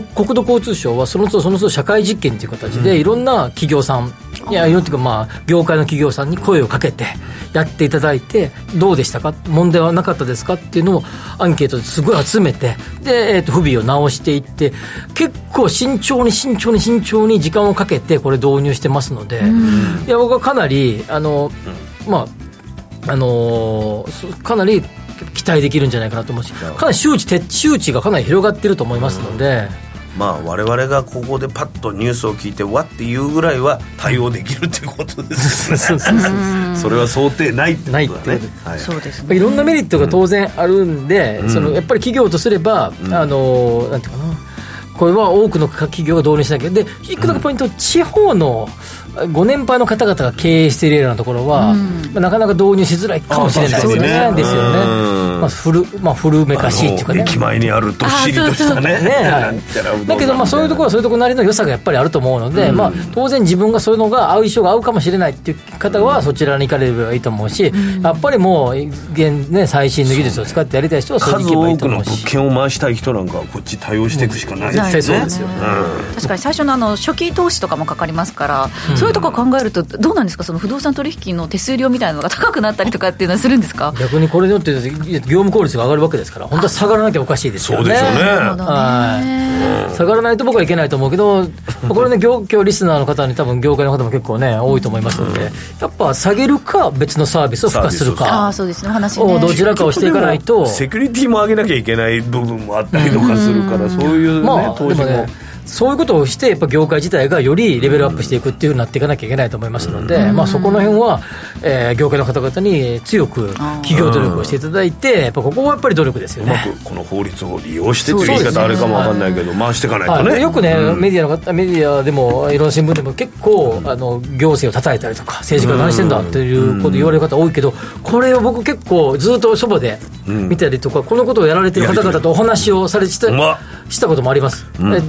国土交通省はその都度その都度社会実験という形でいろんな企業さん、いやいろんなまあ業界の企業さんに声をかけてやっていただいて、どうでしたか、問題はなかったですかっていうのをアンケートですごい集めて、で、えー、と不備を直していって、結構慎重に慎重に慎重に時間をかけてこれ導入してますので、うん、いや僕はかなりあの、まああのー、かなり期待できるんじゃないかなと思うし、かなり周知て周知がかなり広がっていると思いますので、 うん、まあ我々がここでパッとニュースを聞いてわっていうぐらいは対応できるってことですね。そうそうそうそれは想定ないってことだね。ないってこと、はい、そうですね。 いろんなメリットが当然あるんで、うん、そのやっぱり企業とすれば、うん、あのなんていうかな、これは多くの企業が導入しなきゃ。で一個だけポイント、うん、地方のご年配の方々が経営しているようなところは、うんまあ、なかなか導入しづらいかもしれないですよ ね, ねですよね、まあ、古, まあ古めかしいっていうかね、 駅前にあるどっしりとしたね、 だけどまあそういうところはそういうところなりの良さがやっぱりあると思うので、うんまあ、当然自分がそういうのが合う人が合うかもしれないっていう方はそちらに行かれればいいと思うし、うん、やっぱりもう現、ね、最新の技術を使ってやりたい人はそれに行けばいいと思うし、 数多くの物件を回したい人なんかはこっち対応していくしかないですね、うん、そうですよ、 うん、確かに最初 の, あの初期投資とかもかかりますから、うん、そういうところを考えるとどうなんですか、その不動産取引の手数料みたいなのが高くなったりとかっていうのはするんですか。 逆にこれによって業務効率が上がるわけですから、本当は下がらなきゃおかしいですよね。 そうですよね、 はい、下がらないと僕はいけないと思うけど、これね業界リスナーの方に多分業界の方も結構ね多いと思いますので、やっぱ下げるか別のサービスを付加するか、 あそうですね、話ね、 どちらかをしていかないとセキュリティも上げなきゃいけない部分もあったりとかするから、うん、そういう、ねまあ、投資もでもねそういうことをしてやっぱ業界自体がよりレベルアップしていくっていう風になっていかなきゃいけないと思いますので、うんまあ、そこの辺は、えー、業界の方々に強く企業努力をしていただいて、やっぱここはやっぱり努力ですよね。 うまくこの法律を利用してという言い方あれかも分かんないけど、回していかないとね、 はい、よくね、うん、メディアの方メディアでもいろんな新聞でも結構、うん、あの行政を叩いたりとか政治家が何してんだっていうこと言われる方多いけど、これを僕結構ずっとそばで見たりとか、このことをやられてる方々とお話をされてした、したこともあります、うん、大臣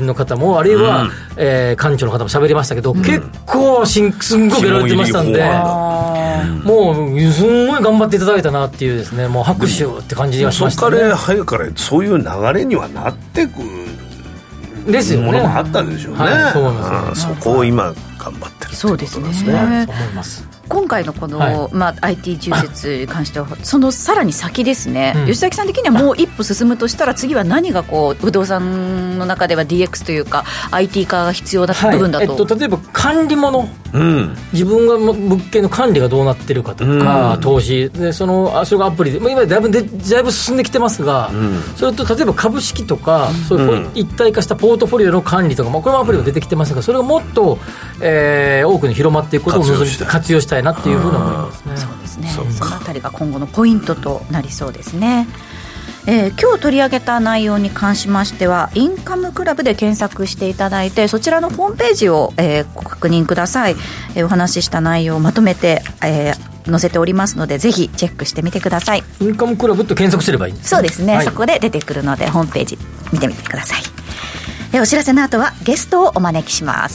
の方もあるいは、うんえー、館長の方も喋りましたけど、うん、結構しんすんごくやられてましたんで、もうすんごい頑張っていただいたなっていうですね、もう拍手って感じがしましたね。 そこから早くからそういう流れにはなってくですよね。 ものもあったんでしょうね、 はい、そう思います、ね、そこを今頑張ってるっていうことですね。 そうですね、 そう思います。 今回のこの、はいまあ、アイティー 重説に関してはそのさらに先ですね、うん、吉崎さん的にはもう一歩進むとしたら次は何がこう不動産の中では ディーエックス というか アイティー 化が必要な部分だと、 はいえっと、例えば管理物、うん、自分が物件の管理がどうなってるかとか、うん、投資でそのそれがアプリで今だいぶでだいぶ進んできてますが、うん、それと例えば株式とか、うん、そういう一体化したポートフォリオの管理とか、まあ、これもアプリが出てきてますがそれがもっと、えー、多くに広まっていくことを望み活用したいなっていうふうに思います。 そうですね、そのあたりが今後のポイントとなりそうですね。えー、今日取り上げた内容に関しましてはインカムクラブで検索していただいてそちらのホームページを、えー、ご確認ください。えー、お話しした内容をまとめて、えー、載せておりますのでぜひチェックしてみてください。 インカムクラブと検索すればいいんですね。 そうですね、 はい、 そこで出てくるのでホームページ見てみてください。えー、お知らせの後はゲストをお招きします。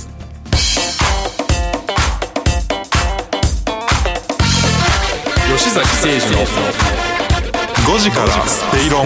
吉崎誠二のごじから正論。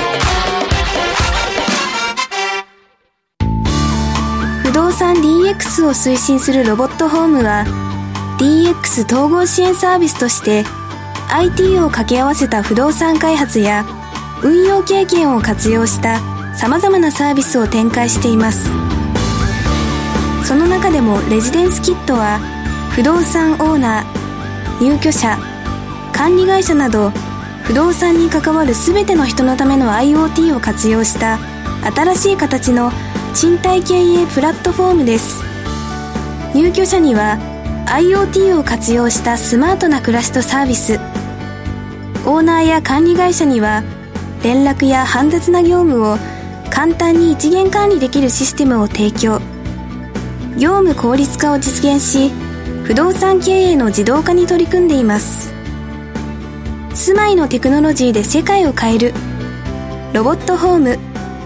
不動産 ディーエックス を推進するロボットホームは ディーエックス 統合支援サービスとして アイティー を掛け合わせた不動産開発や運用経験を活用したさまざまなサービスを展開しています。その中でもレジデンスキットは不動産オーナー、入居者、管理会社など不動産に関わる全ての人のための アイオーティー を活用した新しい形の賃貸経営プラットフォームです。入居者には アイオーティー を活用したスマートな暮らしとサービス、オーナーや管理会社には連絡や煩雑な業務を簡単に一元管理できるシステムを提供、業務効率化を実現し不動産経営の自動化に取り組んでいます。住まいのテクノロジーで世界を変えるロボットホーム。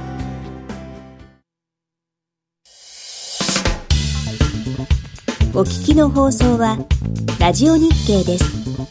お聞きの放送はラジオ日経です。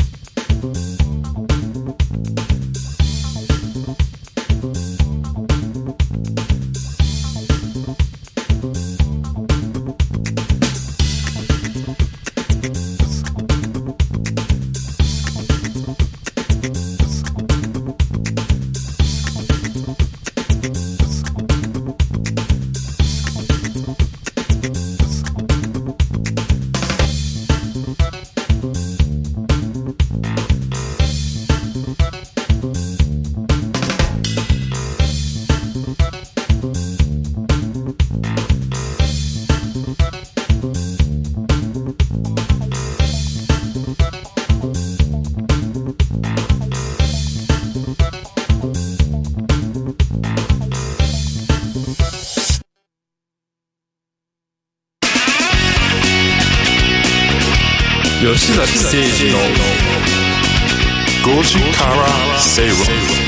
吉崎誠二のごじから正論。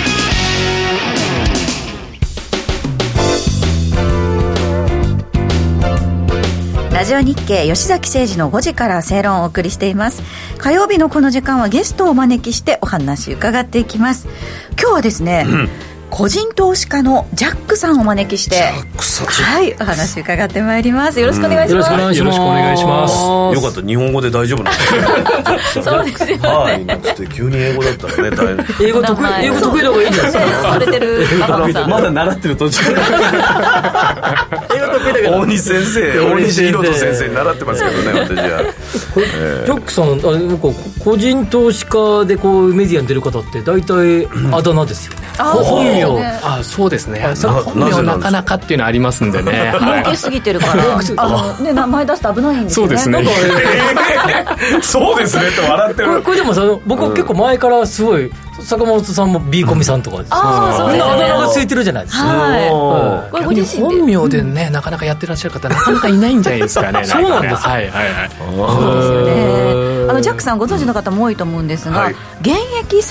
ラジオ日経吉崎誠二のごじから正論をお送りしています。火曜日のこの時間はゲストをお招きしてお話伺っていきます。今日はですね、うん個人投資家のジャックさんをお招きして、はい、お話伺ってまいります。よろしくお願いします。 よろしくお願いします。 よかった、日本語で大丈夫なんですね。そうですよね。 はい、なんつって急に英語だったらね、大変。 英語得意、英語得意の方がいいんじゃないですか。 されてるママさん。 まだ習ってる途中。 英語得意だけど。 大西先生、大西宏人先生に習ってますけどね、私は。 ジャックさん、あれなんか個人投資家でこうメディアに出る方って大体あだ名ですよね。本名。 あ、そうですね。本名なかなかっていうのはありますんでね。 儲けすぎてるからあの、ね、名前出すと危ないんですよね。 そうですね。 そうですねって笑ってる。 これ、これでもさ、僕は結構前からすごい坂本さんも B コミさんとかです、うん、 ああそうですね。 あだ名がついてるじゃないですか。 はい。これご自身で本名でね、なかなかやってらっしゃる方なかなかいないんじゃないですかね。 そうなんです。 はいはいはい。 そうですよね。あのジャックさんご存知の方も多いと思ううんですが、はい、現役サラリ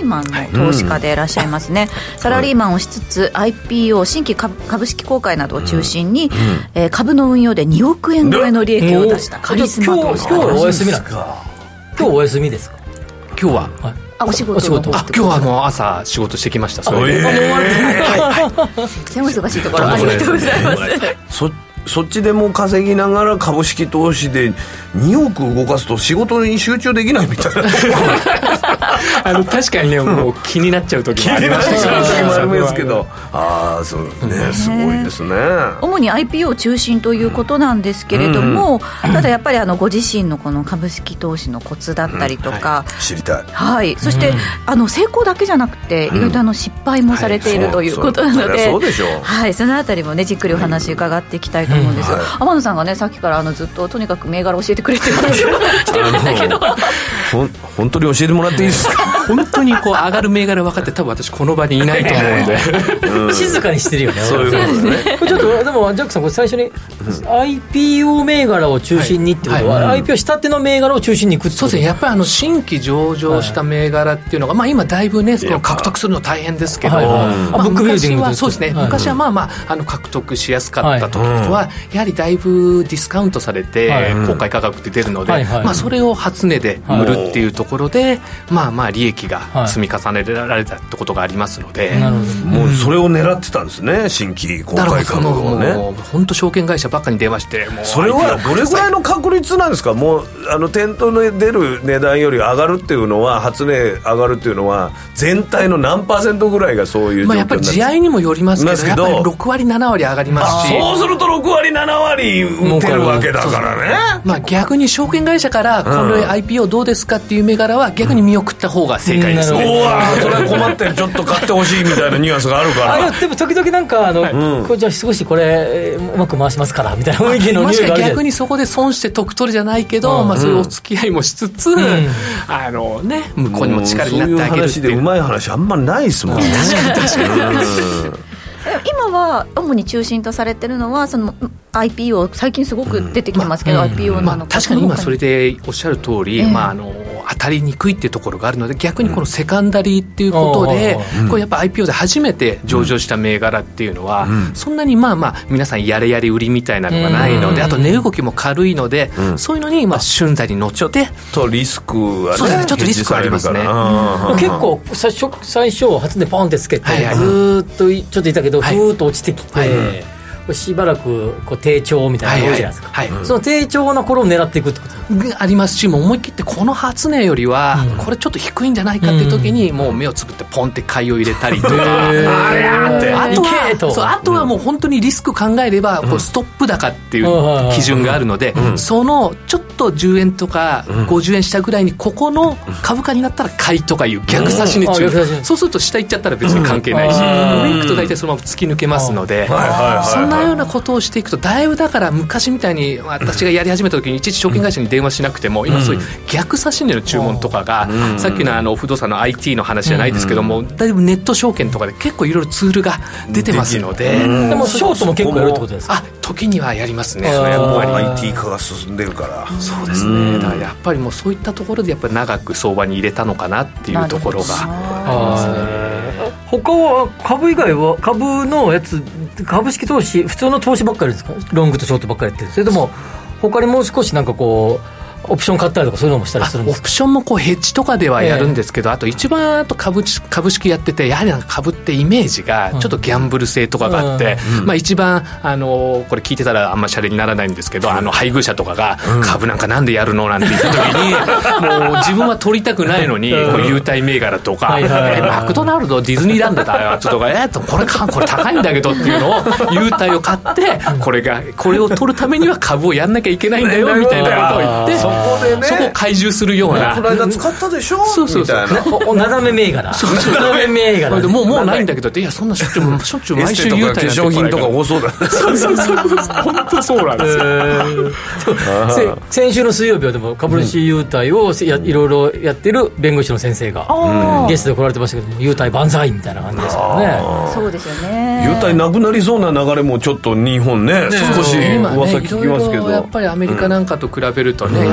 ーマンの投資家でいらっしゃいますね、うん、サラリーマンをしつつ アイピーオー 新規 株, 株式公開などを中心に、うんえー、株の運用でにおくえん超えの利益を出したカリスマ投資家。 今日お休みなんですか？今日お休みですか？ 今日は、はい、 あお仕事のお仕事あ今日はもう朝仕事してきました。それで、えー、 全部忙しいところありがとうございますそ, そっちでも稼ぎながら株式投資でにおく動かすと仕事に集中できないみたいなあの確かにねもう気になっちゃう時もありましたけど気になっちゃう時もありますけどああそうですね、すごいですね。 主に アイピーオー 中心ということなんですけれども、うん、ただやっぱりあのご自身のこの株式投資のコツだったりとか、 うんはい、知りたい、 はい、そして、うん、あの成功だけじゃなくて意外とあの失敗もされている、うん、ということなので、 そうでしょう、 はい、そのあたりもねじっくりお話伺っていきたいと思うんですよ、うんはい、天野さんがねさっきからあのずっととにかく銘柄教えてくれてる話をしてましたけどほん本当に教えてもらっていいですか？ 本当にこう上がる銘柄分かって多分私この場にいないと思うんで、 うん、静かにしてるよね。 そういうことですね。 ちょっとでもジャックさんこれ最初に アイピーオー 銘柄を中心にってことは、はいはい、アイピーオー したての銘柄を中心にいくってことそうですね。やっぱりあの新規上場した銘柄っていうのが、はいまあ、今だいぶねその獲得するの大変ですけど、はいはいまあ、昔はそうですね、はい、昔はまあまああの獲得しやすかった時はやはりだいぶディスカウントされて公開価格って出るので、はいはいまあ、それを初値で売るっていうところで、まあまあ利益が積み重ねられたってことがありますので、 はい、もうそれを狙ってたんですね、新規公開価格をね。 本当証券会社ばっかりに電話してもうそれはどれぐらいの確率なんですか？もうあの店頭で出る値段より上がるっていうのは初値上がるっていうのは全体の何パーセントぐらいがそういう状況になるんですか？まあ、やっぱり地合いにもよりますけどやっぱりろくわりななわり上がりますし、 そうするとろくわりななわり売ってるわけだからね。 まあ、逆に証券会社からこれ アイピーオー どうですかっていう銘柄は逆に見送った方が正解ですね、 うん、うわそれは困ってちょっと買ってほしいみたいなニュアンスがあるからあでも時々なんかあの、はいうん、これじゃあ少しこれうまく回しますからみたいな雰囲気のニュースがある。 逆にそこで損して得取るじゃないけど、うんまあ、そういうお付き合いもしつつ、うん、あのね、向こうにも力になってあげるっていう、 そういう話でうまい話あんまりないですもんね。 確かに確かに、うん今は主に中心とされてるのはその アイピーオー 最近すごく出てきてますけど、うんまあ、アイピーオー の、 まあ、確かに今それでおっしゃる通り、えーまあ、あの当たりにくいっていうところがあるので逆にこのセカンダリーっていうことで、うん、これやっぱ アイピーオー で初めて上場した銘柄っていうのは、うん、そんなにまあまあ皆さんやれやれ売りみたいなのがないので、うん、あと値動きも軽いので、うん、そういうのにまあ瞬座に乗っちゃってちょっとリスクはね、 そうですね、ちょっとリスクありますね。 結構最初最初初値ポンってつけて、はいはい、ずっとちょっといたけど、はい、ふーっと落ちてきて、はいしばらくこう低調みたいなのが多いじゃないですか、はいはいはい、その低調な頃を狙っていくってことありますし、もう思い切ってこの初値よりはこれちょっと低いんじゃないかっていう時にもう目をつぶってポンって買いを入れたりとか、あれあってあとはそうあとはもう本当にリスク考えればこうストップ高っていう基準があるので、そのちょっとじゅうえんとかごじゅうえん下ぐらいにここの株価になったら買いとかいう逆差し値中、そうすると下行っちゃったら別に関係ないし、上行くと大体そのまま突き抜けますので、そんなようなことをしていくとだいぶだから昔みたいに私がやり始めた時にいちいち証券会社に電話しなくても今そういう逆差し値の注文とかが、うん、さっきのあの不動産の アイティー の話じゃないですけども、うん、だいぶネット証券とかで結構いろいろツールが出てますので、 うん、でもショートも結構やるってことですか？ あ時にはやりますね。やっぱり アイティー 化が進んでるからそうですね、だからやっぱりもうそういったところでやっぱり長く相場に入れたのかなっていうところがありますね。 他は株以外は株のやつ株式投資普通の投資ばっかりですか？ロングとショートばっかりやってる？それとも他にもう少しなんかこうオプション買ったりとかそういうのもしたりするんですか？ オプションもこうヘッジとかではやるんですけど、えー、あと一番あと 株, 株式やっててやはりなんか株ってイメージがちょっとギャンブル性とかがあって、うんまあ、一番あのこれ聞いてたらあんまシャレにならないんですけど、あの配偶者とかが株なんかなんでやるのなんて言った時に、うん、もう自分は取りたくないのにこう優待銘柄とか、はいはいはい、マクドナルドディズニーランドだとかえー、っとこれかこれ高いんだけどっていうのを優待を買ってこれがこれを取るためには株をやんなきゃいけないんだよみたいなことを言ってそこでねそこを懐柔するような、 この間使ったでしょそうそうそうみたいなおなだめ銘柄そうそうなだめ銘柄でもうもうないんだけどっていやそんなしょっちゅうしょっちゅう毎週優待なんて化粧品とか多そうだそうそうそう本当そうなんですよ、 えー、先週の水曜日はでも株主優待をやいろいろやってる弁護士の先生が、うん、ゲストで来られてましたけども優待万歳みたいな感じですからね。 そうですよね。 優待なくなりそうな流れもちょっと日本 ね, ね少し噂聞きますけど、 いろいろやっぱりアメリカなんかと比べるとね、うん、やっ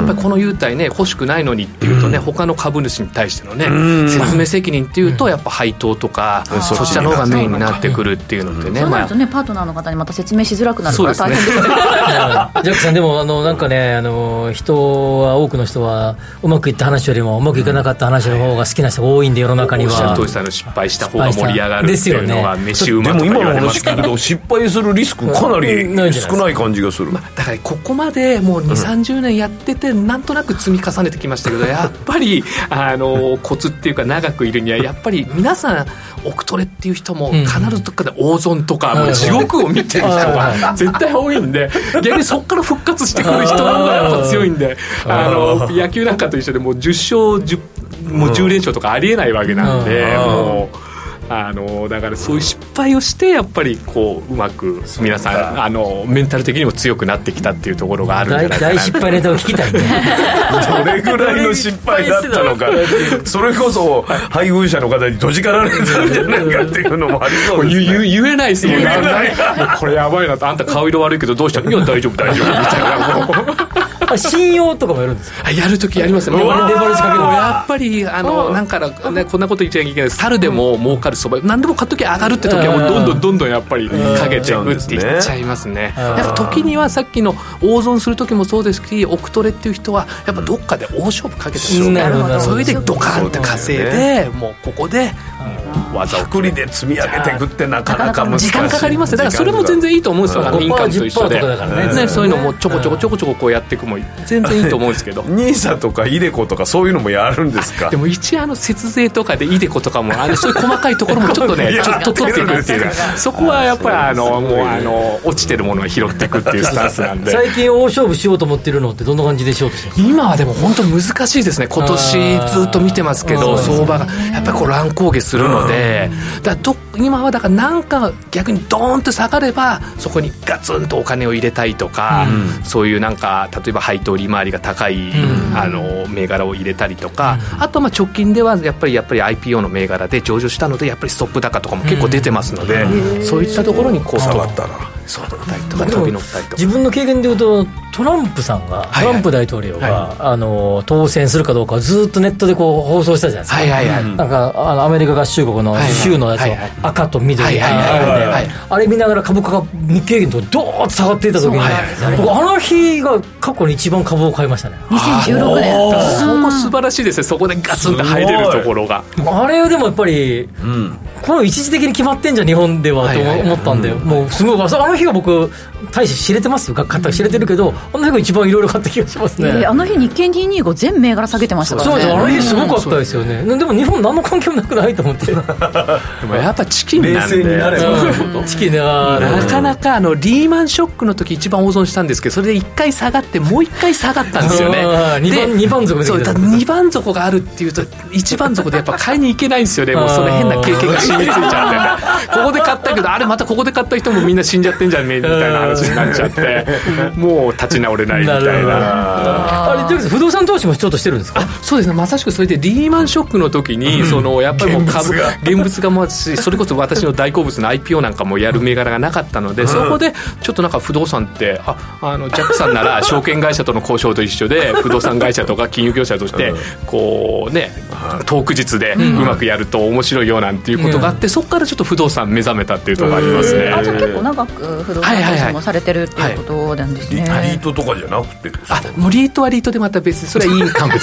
ぱりこの優待ね欲しくないのにっていうとね、うん、他の株主に対してのね、うん、説明責任っていうとやっぱ配当とか、うん、そちらの方がメインになってくるっていうのってね、 そうなるとね、パートナーの方にまた説明しづらくなるから大変ですね。ジャックさんでもあのなんかね、あの人は多くの人はうまくいった話よりもうまくいかなかった話の方が好きな人が多いんで、世の中には。 おっしゃる通りさんの失敗した方が盛り上がるっていうのが飯うまとか言われますから。 でも今の話聞くと失敗するリスクかなり少ない感じがする。 まあ、だからここまでもうにじゅう、さんじゅうねんやっててなんとなく積み重ねてきましたけど、やっぱりあのコツっていうか長くいるにはやっぱり皆さんオクトレっていう人も必ずどっかで大損とか、うん、もう地獄を見てる人が絶対多いんで、逆にそこから復活してくる人の方がやっぱ強いんで、あの野球なんかと一緒でもうじゅっしょうじゅうもうじゅうれんしょうとかありえないわけなんで、もうあのだからそういう失敗をしてやっぱりこううまく皆さんあのメンタル的にも強くなってきたっていうところがあるんじゃないかな。 大失敗ネタを聞きたいね。 どれぐらいの失敗だったのか、それこそ配偶者の方にどじかられてるんじゃないかっていうのもありそうですね。 言, 言, 言えないですもんね。もうこれやばいなと、あんた顔色悪いけどどうしたの、いや大丈夫大丈夫みたいな。もう信用とかもやるんですか。 やるときやりますね。やっぱりあのなんか、ね、こんなこと言っちゃいけないけど、猿でも儲かるそば何でも買っときゃ上がるって時はもうどんどんどんどんやっぱりかけていくって言っちゃいますね。やっぱ時にはさっきの大損する時もそうですし、オクトレっていう人はやっぱどっかで大勝負かけてるんですよ。それでドカーンって稼いで、もうここで技をくりで積み上げていくってなかなか難しい。 時間かかりますね。だからそれも全然いいと思うんですよ。インカムと一緒で、ね、そういうのもちょこちょこちょこちょここうやっていくも全然いいと思うんですけど。 ニーサとかイデコとかそういうのもやるんですか。 でも一応あの節税とかでイデコとかもあのそういう細かいところもちょっとねちょっと取っていくっていうか、そこはやっぱりあのもうあの落ちてるものを拾っていくっていうスタンスなんで。 最近大勝負しようと思ってるのってどんな感じでしようとしてるんですか。 今はでも本当難しいですね。今年ずっと見てますけど相場がやっぱりこう乱高下するので、だど今はだからなんか逆にドーンと下がればそこにガツンとお金を入れたいとか、うん、そういうなんか例えば配当利回りが高い、うん、あの銘柄を入れたりとか、うん、あとまあ直近ではやっぱりやっぱり アイピーオー の銘柄で上場したのでやっぱりストップ高とかも結構出てますので、うん、そういったところにこう下がったらそうだったりとか飛び乗ったりとか。 自分の経験でいうとトランプさんが、はいはい、トランプ大統領が、はい、あの当選するかどうかずっとネットでこう放送したじゃないですか、はいはいはい、なんかあのアメリカ合衆国の州のやつを赤と緑であれ見ながら株価が日経平均とドーッと下がっていた時に、はいはい、僕あの日が過去に一番株を買いましたね。 にせんじゅうろくねん。 そこ素晴らしいですね。そこでガツンと入れるところがあれでもやっぱり、うん、これ一時的に決まってんじゃん日本ではと思ったんで、もうすごいあの日が僕大して知れてますよ。買った知れてるけど、あの日が一番いろいろ買った気がしますね。 えー、あの日日経にひゃくにじゅうご全銘柄下げてましたからね。 そうです。あの日すごかったですよね。でも日本何の関係もなくないと思って。でもやっぱチキンなんで冷静になればチキンななかなかあのリーマンショックの時一番大損したんですけど、それでいっかい下がってもういっかい下がったんですよね。 にばん底そうだにばん底があるっていうといちばん底でやっぱ買いに行けないんですよね。もうその変な経験が染みついちゃってここで買ったけどあれまたここで買った人もみんな死んじゃってんじゃねえみたいな話になっちゃってもう立ち直れないみたいな。 あれ不動産投資もちょっとしてるんですか。 そうですね。まさしくそれでリーマンショックの時に、うん、そのやっぱりもう株が現物がもうそれこそ私の大好物の アイピーオー なんかもやる銘柄がなかったので、うん、そこでちょっとなんか不動産ってああのジャックさんなら証券会社との交渉と一緒で不動産会社とか金融業者としてこうねトーク術でうまくやると面白いよなんていうことがあって、うん、そこからちょっと不動産目覚めたっていうところがありますね。 あじゃあ結構長く不動産投資もされてるっていうことなんですね。 はいはいはい、リートとかじゃなくてですか。 あもうリートはリートでまた別でそれはいいインカムで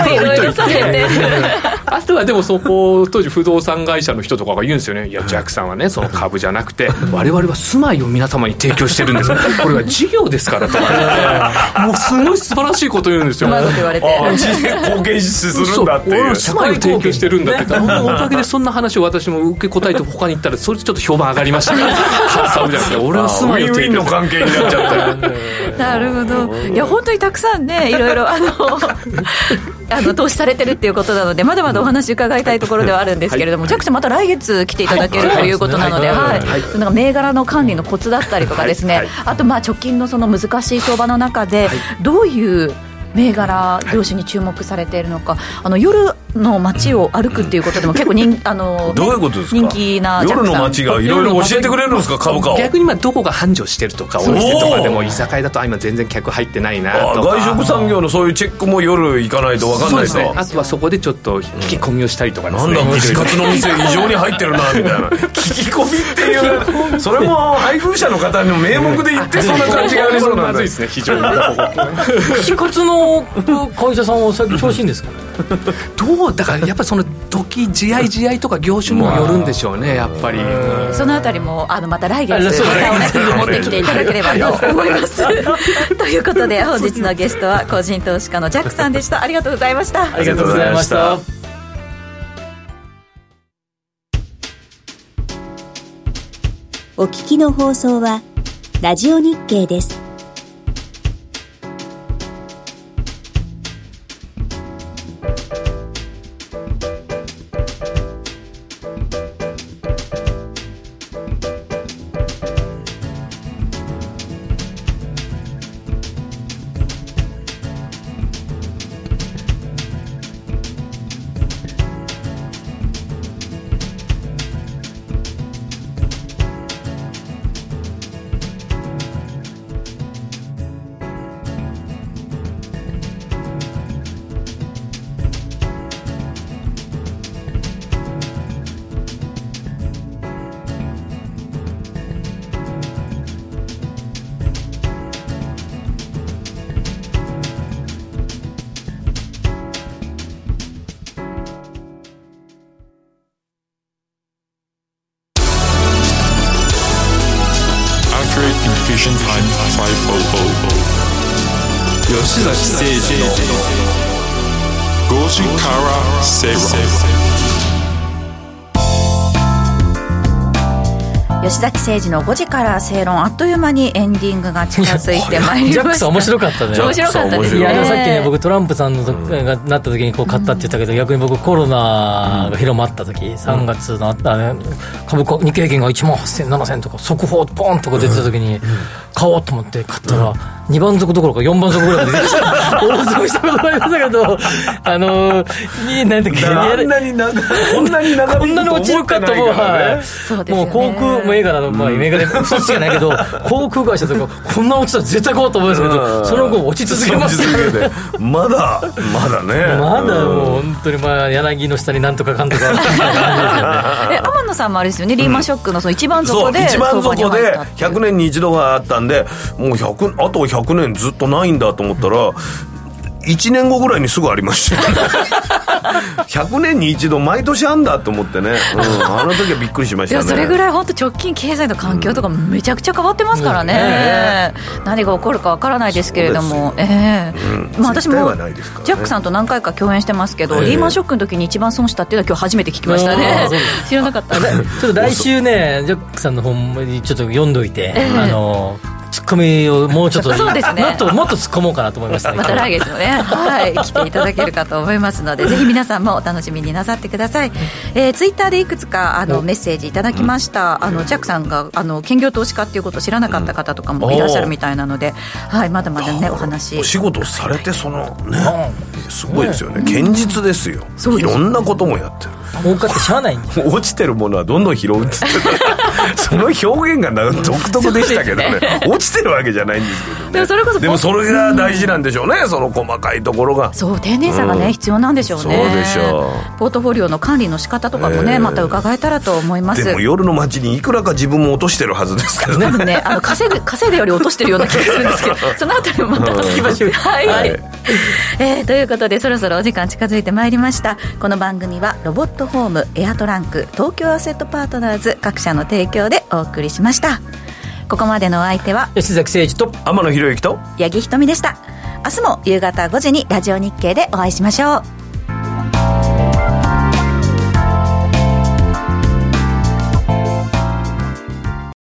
あとはでもそこ当時不動産会社の人とかが言うんですよね。いやジャックさんはねその株じゃなくて我々は住まいを皆様に提供してるんですこれは事業ですからとか言ってもうすごい素晴らしいこと言うんですよ。 言われて貢献するんだっていう住まいを提供してるんだって言ったらおかげでそんな話を私も受け答えて他に行ったらそれちょっと評判上がりましたから俺は住まいを提供ウィンウィンの関係になっちゃったよなるほど。いや本当にたくさんねいろいろあのあの投資されてるっていうことなのでまだまだお話伺いたいところではあるんですけれども、はい、ジャックさんまた来月来ていただける、はい、ということなので、はいはいはい、なんか銘柄の管理のコツだったりとかですね、はいはい、あとまあ直近のその難しい相場の中でどういう銘柄業種に注目されているのか、あの夜の街を歩くっていうことでも結構人あのどういうことですか。 人気な夜の街がいろいろ教えてくれるんですか、株価を。 逆に今どこが繁盛してるとか、お店とかでも居酒屋だと今全然客入ってないなとか、 外食産業のそういうチェックも夜行かないと分かんないと、 ね、あとはそこでちょっと聞き込みをしたりとかですね、 なんだ串カツの店異常に入ってるなみたいな聞き込みっていうそれも配偶者の方の名目で言ってそんな感じがありそうなんでまずいですね、非常に串カツの会社さんは最近調子いいんですかね。 どうだからやっぱりその時地合い地合いとか業種にもよるんでしょうね、やっぱり。 そのあたりもあのまた来月またおね持ってきていただければと思いますということで本日のゲストは個人投資家のジャックさんでした。ありがとうございました。 ありがとうございました。 お聞きの放送はラジオ日経です。 吉崎誠二のごじから正論。 吉崎誠二のごじから正論、あっという間にエンディングが近づいてまいりました。 ジャックさん面白かったね。 面白かったですね。 いやさっきね僕トランプさんのがなった時にこう買ったって言ったけど、逆に僕コロナが広まった時さんがつのあったね、株価日経平均がいちまんはっせんななせんとか速報ポンとか出てた時に買おうと思って買ったらにばんぞくどころかよんばんぞくぐらい出てきた。大損したことありましたけど、あのー、なんだっけ、 あんなに長こんなに長こんなに落ちるかと思う、はい、もう航空も映画なの、まあ、映画でそっちじゃないけど航空会社とかこんな落ちたら絶対買おうと思うんですけど、その後落ち続けましたまだまだね、 まだもう本当に、まあ、柳の下になんとかかんとかえ天野さんもあれですよね、リーマンショックのその一番底で、 そう一番底でひゃくねんに一度があったんで、もうひゃくあとひゃくねんずっとないんだと思ったらいちねんごぐらいにすぐありましたよねひゃくねんに一度毎年あんだと思ってね、うん、あの時はびっくりしましたね。 いやそれぐらい本当直近経済の環境とかめちゃくちゃ変わってますからね、うん、何が起こるかわからないですけれども、えーうんまあ、私もジャックさんと何回か共演してますけど、えー、リーマンショックの時に一番損したっていうのは今日初めて聞きましたね。知らなかったちょっと来週ねジャックさんの本にちょっと読んどいて、えー、あのツッコミをもうちょっとそうですね、 もっともっと突っ込もうかなと思いましたね。 また来月もね、はい、来ていただけるかと思いますのでぜひ皆さんもお楽しみになさってください。えー、ツイッターでいくつかあのメッセージいただきました。あのジャックさんがあの兼業投資家っていうことを知らなかった方とかもいらっしゃるみたいなので、はい、まだまだねお話お仕事されてそのねすごいですよね、堅実ですよ、いろんなこともやってる。 儲かってしゃあないんだ落ちてるものはどんどん拾うっつってその表現が独特でしたけどね落ちてるわけじゃないんですけどね。 でもそれこそでもそれが大事なんでしょうね、その細かいところが。 そう丁寧さがね、うん、必要なんでしょうね。 そうでしょう。ポートフォリオの管理の仕方とかもね、えー、また伺えたらと思います。 でも夜の街にいくらか自分も落としてるはずですからね。 多分ねあの稼ぐ稼いだより落としてるような気がするんですけどそのあたりもまた聞きましょう。はい、はい、えー、ということでそろそろお時間近づいてまいりました。この番組はロボットホームエアトランク東京アセットパートナーズ各社の提供でお送りしました。ここまでのお相手は吉崎誠二と天野博之と八木ひとみでした。明日も夕方ごじにラジオ日経でお会いしましょう。